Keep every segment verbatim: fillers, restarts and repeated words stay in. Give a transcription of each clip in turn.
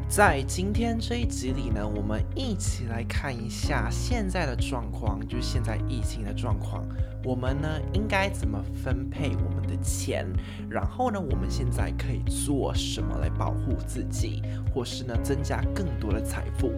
在今天这一集里呢，我们一起来看一下现在的状况，就是现在疫情的状况。我们呢应该怎么分配我们的钱？然后呢，我们现在可以做什么来保护自己，或是呢增加更多的财富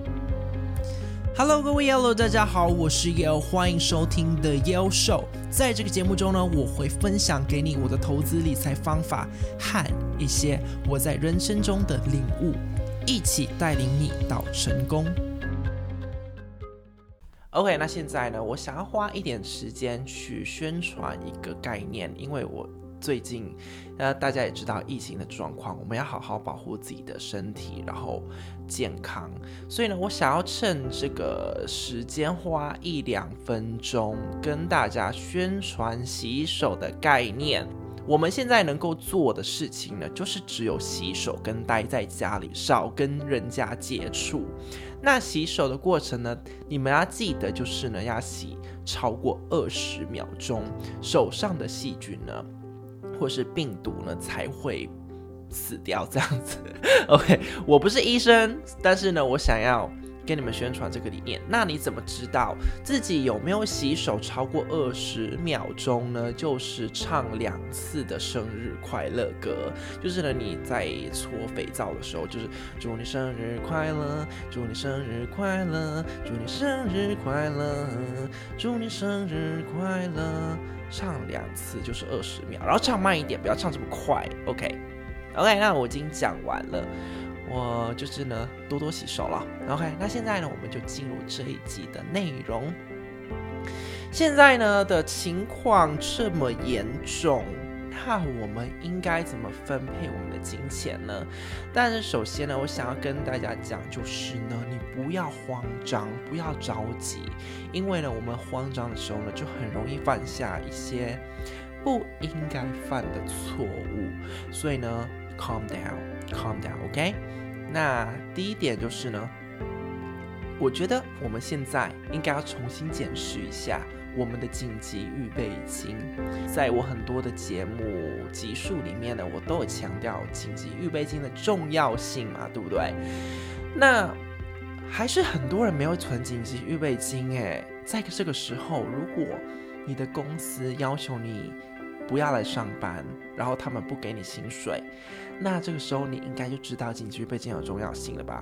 ？Hello， 各位 Yellow， 大家好，我是 Yellow， 欢迎收听 The Yellow Show。在这个节目中呢，我会分享给你我的投资理财方法和一些我在人生中的领悟，一起带领你到成功。OK， 那现在呢，我想要花一点时间去宣传一个概念，因为我最近，呃，大家也知道疫情的状况，我们要好好保护自己的身体，然后健康。所以呢，我想要趁这个时间花一两分钟，跟大家宣传洗手的概念。我们现在能够做的事情呢，就是只有洗手跟待在家里，少跟人家接触。那洗手的过程呢，你们要记得就是呢，要洗超过二十秒钟，手上的细菌呢，或是病毒呢，才会死掉这样子。OK， 我不是医生，但是呢，我想要跟你们宣传这个理念。那你怎么知道自己有没有洗手超过二十秒钟呢？就是唱两次的生日快乐歌，就是呢你在搓肥皂的时候，就是祝你生日快乐，祝你生日快乐，祝你生日快乐，祝你生日快乐，唱两次就是二十秒，然后唱慢一点，不要唱这么快。OK，OK， OK， 那我已经讲完了。我就是呢，多多洗手了。OK， 那现在呢，我们就进入这一集的内容。现在呢的情况这么严重，那我们应该怎么分配我们的金钱呢？但是首先呢，我想要跟大家讲，就是呢，你不要慌张，不要着急，因为呢，我们慌张的时候呢，就很容易犯下一些不应该犯的错误。所以呢 ，calm down，calm down，OK？ 那第一点就是呢，我觉得我们现在应该要重新检视一下我们的紧急预备金。在我很多的节目集数里面呢，我都有强调紧急预备金的重要性嘛，对不对？那还是很多人没有存紧急预备金诶。在这个时候，如果你的公司要求你不要来上班，然后他们不给你薪水，那这个时候你应该就知道紧急预备金的重要性了吧？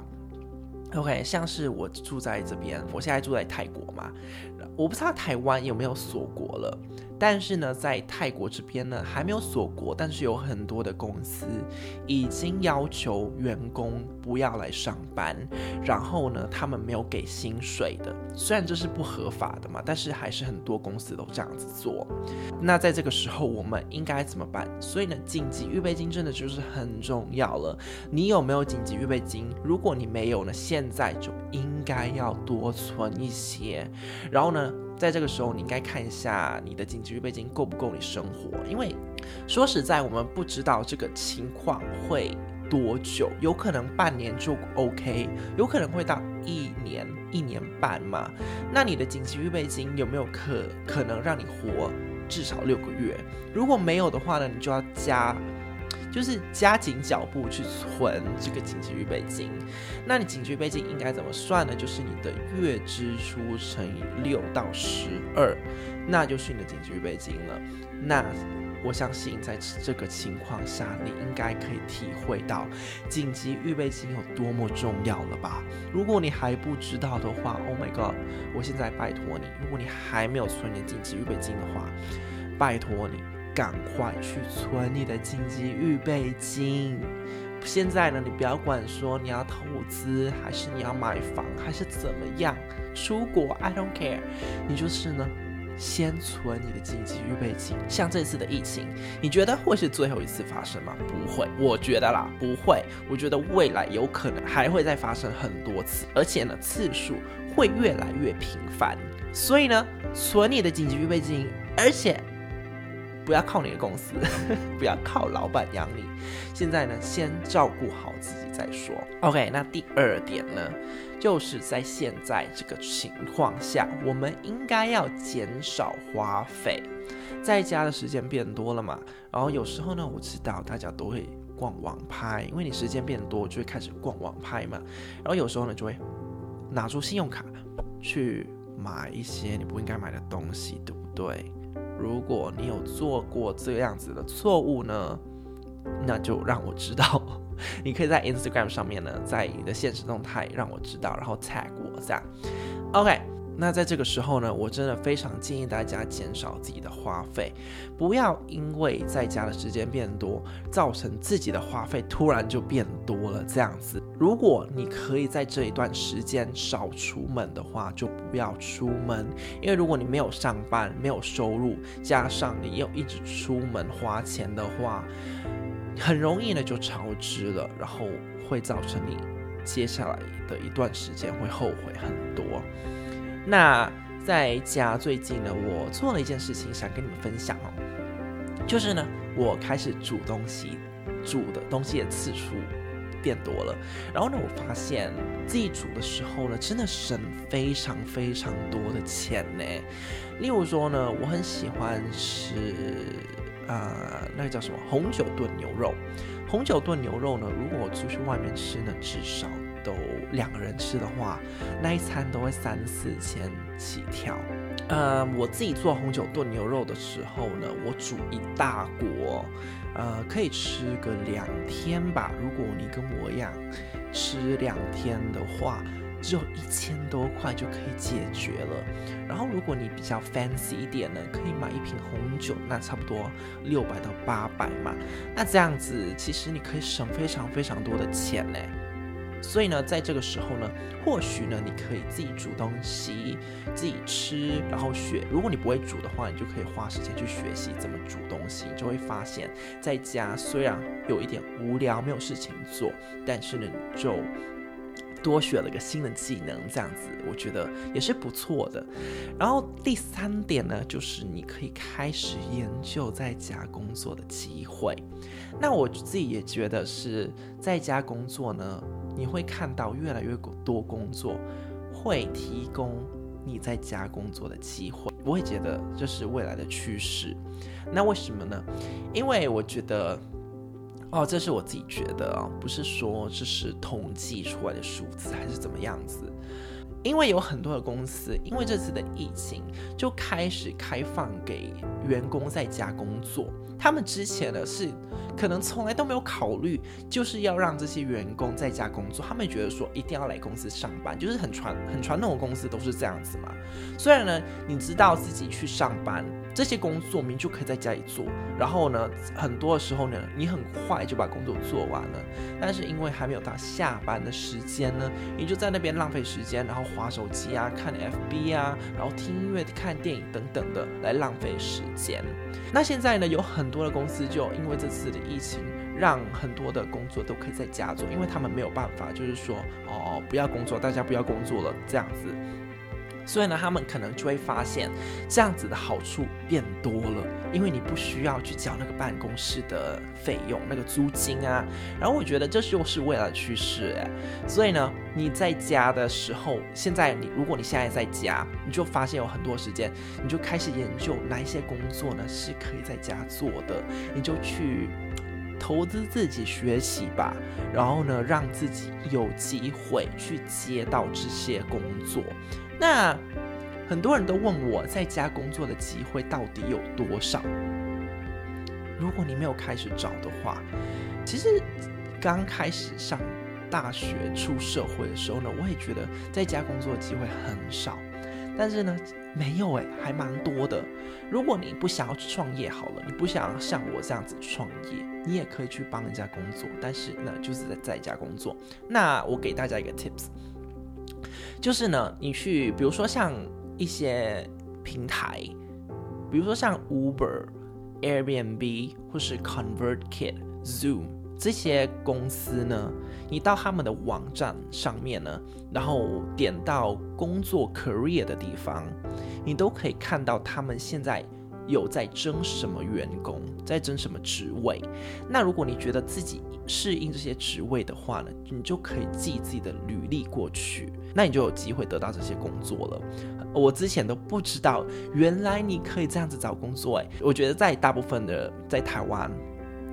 OK， 像是我住在这边，我现在住在泰国嘛，我不知道台湾有没有锁国了，但是呢，在泰国这边呢还没有锁国，但是有很多的公司已经要求员工不要来上班，然后呢，他们没有给薪水的，虽然这是不合法的嘛，但是还是很多公司都这样子做。那在这个时候，我们应该怎么办？所以呢，紧急预备金真的就是很重要了。你有没有紧急预备金？如果你没有呢，现在就应该要多存一些，然后呢，在这个时候你应该看一下你的紧急预备金够不够你生活，因为说实在，我们不知道这个情况会多久，有可能半年就 OK， 有可能会到一年、一年半嘛。那你的紧急预备金有没有可可能让你活至少六个月？如果没有的话呢，你就要加。就是加紧脚步去存这个紧急预备金。那你紧急预备金应该怎么算呢？就是你的月支出乘以六到十二，那就是你的紧急预备金了。那我相信在这个情况下，你应该可以体会到紧急预备金有多么重要了吧？如果你还不知道的话 ，Oh my god！ 我现在拜托你，如果你还没有存你的紧急预备金的话，拜托你。赶快去存你的紧急预备金。现在呢，你不要管说你要投资，还是你要买房，还是怎么样，出国 I don't care， 你就是呢，先存你的紧急预备金。像这次的疫情，你觉得会是最后一次发生吗？不会，我觉得啦，不会。我觉得未来有可能还会再发生很多次，而且呢，次数会越来越频繁。所以呢，存你的紧急预备金，而且不要靠你的公司，不要靠老板养你。现在呢，先照顾好自己再说。OK， 那第二点呢，就是在现在这个情况下，我们应该要减少花费。在家的时间变多了嘛，然后有时候呢，我知道大家都会逛网拍，因为你时间变多，就会开始逛网拍嘛。然后有时候呢，就会拿出信用卡去买一些你不应该买的东西，对不对？如果你有做过这样子的错误呢，那就让我知道。你可以在 Instagram 上面呢，在你的限时动态让我知道，然后 tag 我这样。OK， 那在这个时候呢，我真的非常建议大家减少自己的花费，不要因为在家的时间变多，造成自己的花费突然就变多了这样子。如果你可以在这一段时间少出门的话，就不要出门，因为如果你没有上班，没有收入，加上你又一直出门花钱的话，很容易呢就超支了，然后会造成你接下来的一段时间会后悔很多。那在家最近呢，我做了一件事情想跟你们分享哦，就是呢，我开始煮东西，煮的东西的次数变多了。然后呢，我发现自己煮的时候呢，真的省非常非常多的钱呢。例如说呢，我很喜欢吃呃，那个叫什么红酒炖牛肉。红酒炖牛肉呢，如果我出去外面吃呢，至少都两个人吃的话，那一餐都会三四千起跳。呃，我自己做红酒炖牛肉的时候呢，我煮一大锅，呃，可以吃个两天吧。如果你跟我一样吃两天的话，只有一千多块就可以解决了。然后如果你比较 fancy 一点呢，可以买一瓶红酒，那差不多六百到八百嘛。那这样子其实你可以省非常非常多的钱呢。所以呢，在这个时候呢，或许呢，你可以自己煮东西，自己吃，然后学。如果你不会煮的话，你就可以花时间去学习怎么煮东西。你就会发现，在家虽然有一点无聊，没有事情做，但是呢，你就多学了个新的技能，这样子我觉得也是不错的。然后第三点呢，就是你可以开始研究在家工作的机会。那我自己也觉得是在家工作呢，你会看到越来越多工作会提供你在家工作的机会，我会觉得这是未来的趋势。那为什么呢？因为我觉得哦，这是我自己觉得哦，不是说这是统计出来的数字还是怎么样子。因为有很多的公司，因为这次的疫情就开始开放给员工在家工作。他们之前呢是可能从来都没有考虑，就是要让这些员工在家工作。他们觉得说一定要来公司上班，就是很传很传统的公司都是这样子嘛。虽然呢，你知道自己去上班，这些工作明明就可以在家里做，然后呢，很多的时候呢，你很快就把工作做完了，但是因为还没有到下班的时间呢，你就在那边浪费时间，然后滑手机啊，看 F B 啊，然后听音乐、看电影等等的来浪费时间。那现在呢，有很多的公司就因为这次的疫情，让很多的工作都可以在家做，因为他们没有办法，就是说哦，不要工作，大家不要工作了这样子。所以呢，他们可能就会发现这样子的好处变多了，因为你不需要去缴那个办公室的费用、那个租金啊。然后我觉得这就是未来的趋势哎。所以呢，你在家的时候，现在你如果你现在在家，你就发现有很多时间，你就开始研究哪一些工作呢是可以在家做的，你就去投资自己学习吧，然后呢，让自己有机会去接到这些工作。那很多人都问我在家工作的机会到底有多少？如果你没有开始找的话，其实刚开始上大学出社会的时候呢，我也觉得在家工作的机会很少，但是呢，没有哎，还蛮多的。如果你不想要去创业好了，你不想要像我这样子创业，你也可以去帮人家工作，但是呢，就是在在家工作。那我给大家一个 tips。就是呢，你去，比如说像一些平台，比如说像 Uber、Airbnb 或是 ConvertKit、Zoom 这些公司呢，你到他们的网站上面呢，然后点到工作 career 的地方，你都可以看到他们现在有在征什么员工，在征什么职位。那如果你觉得自己适应这些职位的话呢，你就可以寄自己的履历过去，那你就有机会得到这些工作了。我之前都不知道，原来你可以这样子找工作。我觉得在大部分的在台湾，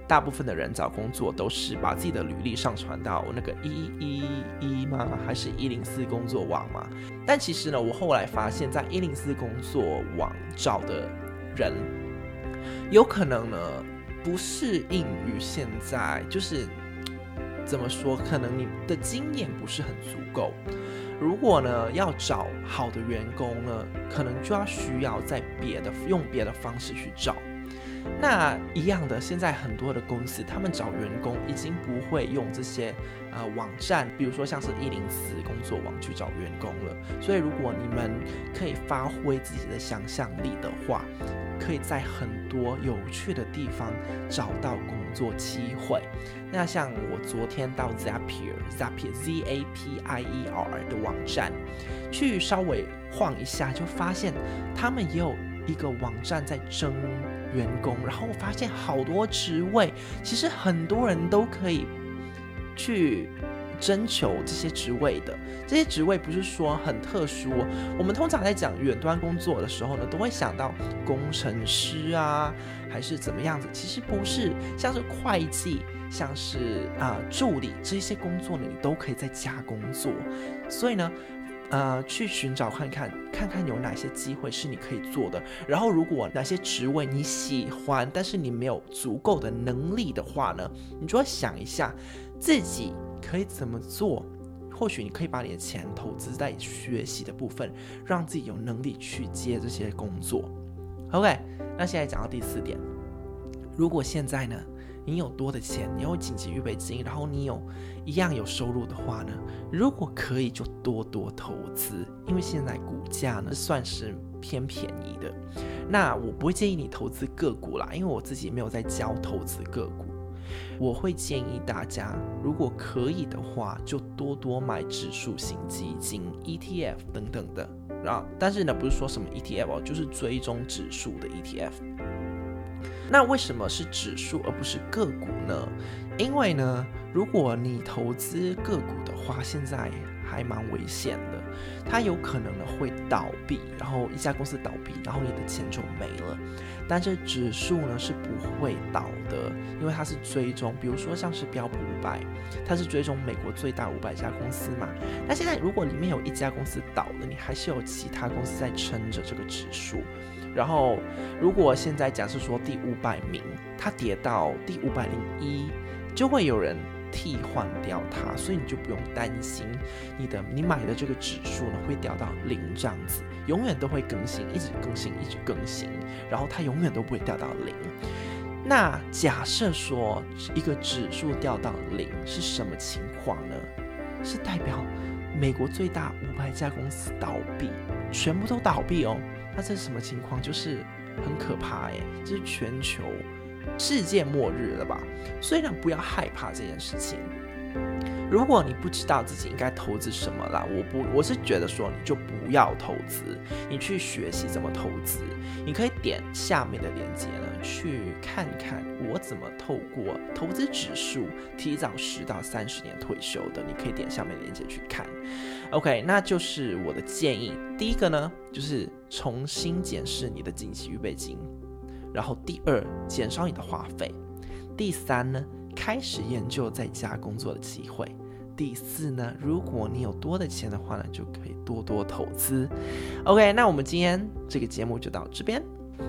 大部分的人找工作都是把自己的履历上传到那个一一一吗？还是一零四工作网吗？但其实呢，我后来发现，在一零四工作网找的人，有可能呢不适应于现在，就是怎么说，可能你的经验不是很足够。如果呢要找好的员工呢，可能就要需要在别的用别的方式去找。那一样的，现在很多的公司，他们找员工已经不会用这些呃网站，比如说像是一零四工作网去找员工了。所以如果你们可以发挥自己的想象力的话，可以在很多有趣的地方找到工作机会。那像我昨天到 Zapier Zapier Z A P I E R 的网站去稍微晃一下，就发现他们也有一个网站在征员工，然后我发现好多职位，其实很多人都可以去征求这些职位的。这些职位不是说很特殊哦，我们通常在讲远端工作的时候呢，都会想到工程师啊，还是怎么样子，其实不是，像是会计，像是、呃、助理，这些工作呢你都可以在家工作。所以呢呃，去寻找看看看看有哪些机会是你可以做的，然后如果哪些职位你喜欢，但是你没有足够的能力的话呢，你就要想一下自己可以怎么做。或许你可以把你的钱投资在学习的部分，让自己有能力去接这些工作。 OK， 那现在讲到第四点，如果现在呢你有多的钱，你有紧急预备金，然后你有一样有收入的话呢，如果可以就多多投资，因为现在股价呢算是偏便宜的。那我不会建议你投资个股啦，因为我自己没有在教投资个股。我会建议大家，如果可以的话，就多多买指数型基金、E T F 等等的。然后，但是呢，不是说什么 E T F 哦，就是追踪指数的 E T F。那为什么是指数而不是个股呢？因为呢，如果你投资个股的话，现在还蛮危险的，它有可能呢会倒闭，然后一家公司倒闭，然后你的钱就没了。但是指数呢是不会倒的，因为它是追踪，比如说像是标普五百，它是追踪美国最大五百家公司嘛。那现在如果里面有一家公司倒了，你还是有其他公司在撑着这个指数。然后如果现在假设说第五百名它跌到第五百零一，就会有人替换掉它，所以你就不用担心你的你买的这个指数呢会掉到零，这样子永远都会更新，一直更新，一直更新，然后它永远都不会掉到零。那假设说一个指数掉到零是什么情况呢？是代表美国最大五百家公司倒闭，全部都倒闭哦。那这是什么情况？就是很可怕耶，这是全球世界末日了吧？所以呢，不要害怕这件事情。如果你不知道自己应该投资什么啦，我不，我是觉得说你就不要投资，你去学习怎么投资。你可以点下面的链接呢，去看看我怎么透过投资指数提早十到三十年退休的。你可以点下面的链接去看。OK， 那就是我的建议。第一个呢，就是重新检视你的紧急预备金。然后第二，减少你的花费。第三呢，开始研究在家工作的机会。第四呢，如果你有多的钱的话呢，就可以多多投资。OK， 那我们今天这个节目就到这边。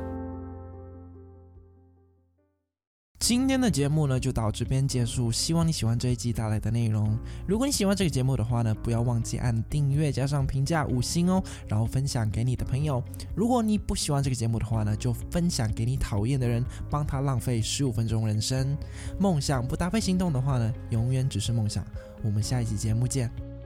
今天的节目呢就到这边结束，希望你喜欢这一集带来的内容。如果你喜欢这个节目的话呢，不要忘记按订阅加上评价五星哦，然后分享给你的朋友。如果你不喜欢这个节目的话呢，就分享给你讨厌的人，帮他浪费十五分钟人生。梦想不搭配行动的话呢，永远只是梦想。我们下一集节目见。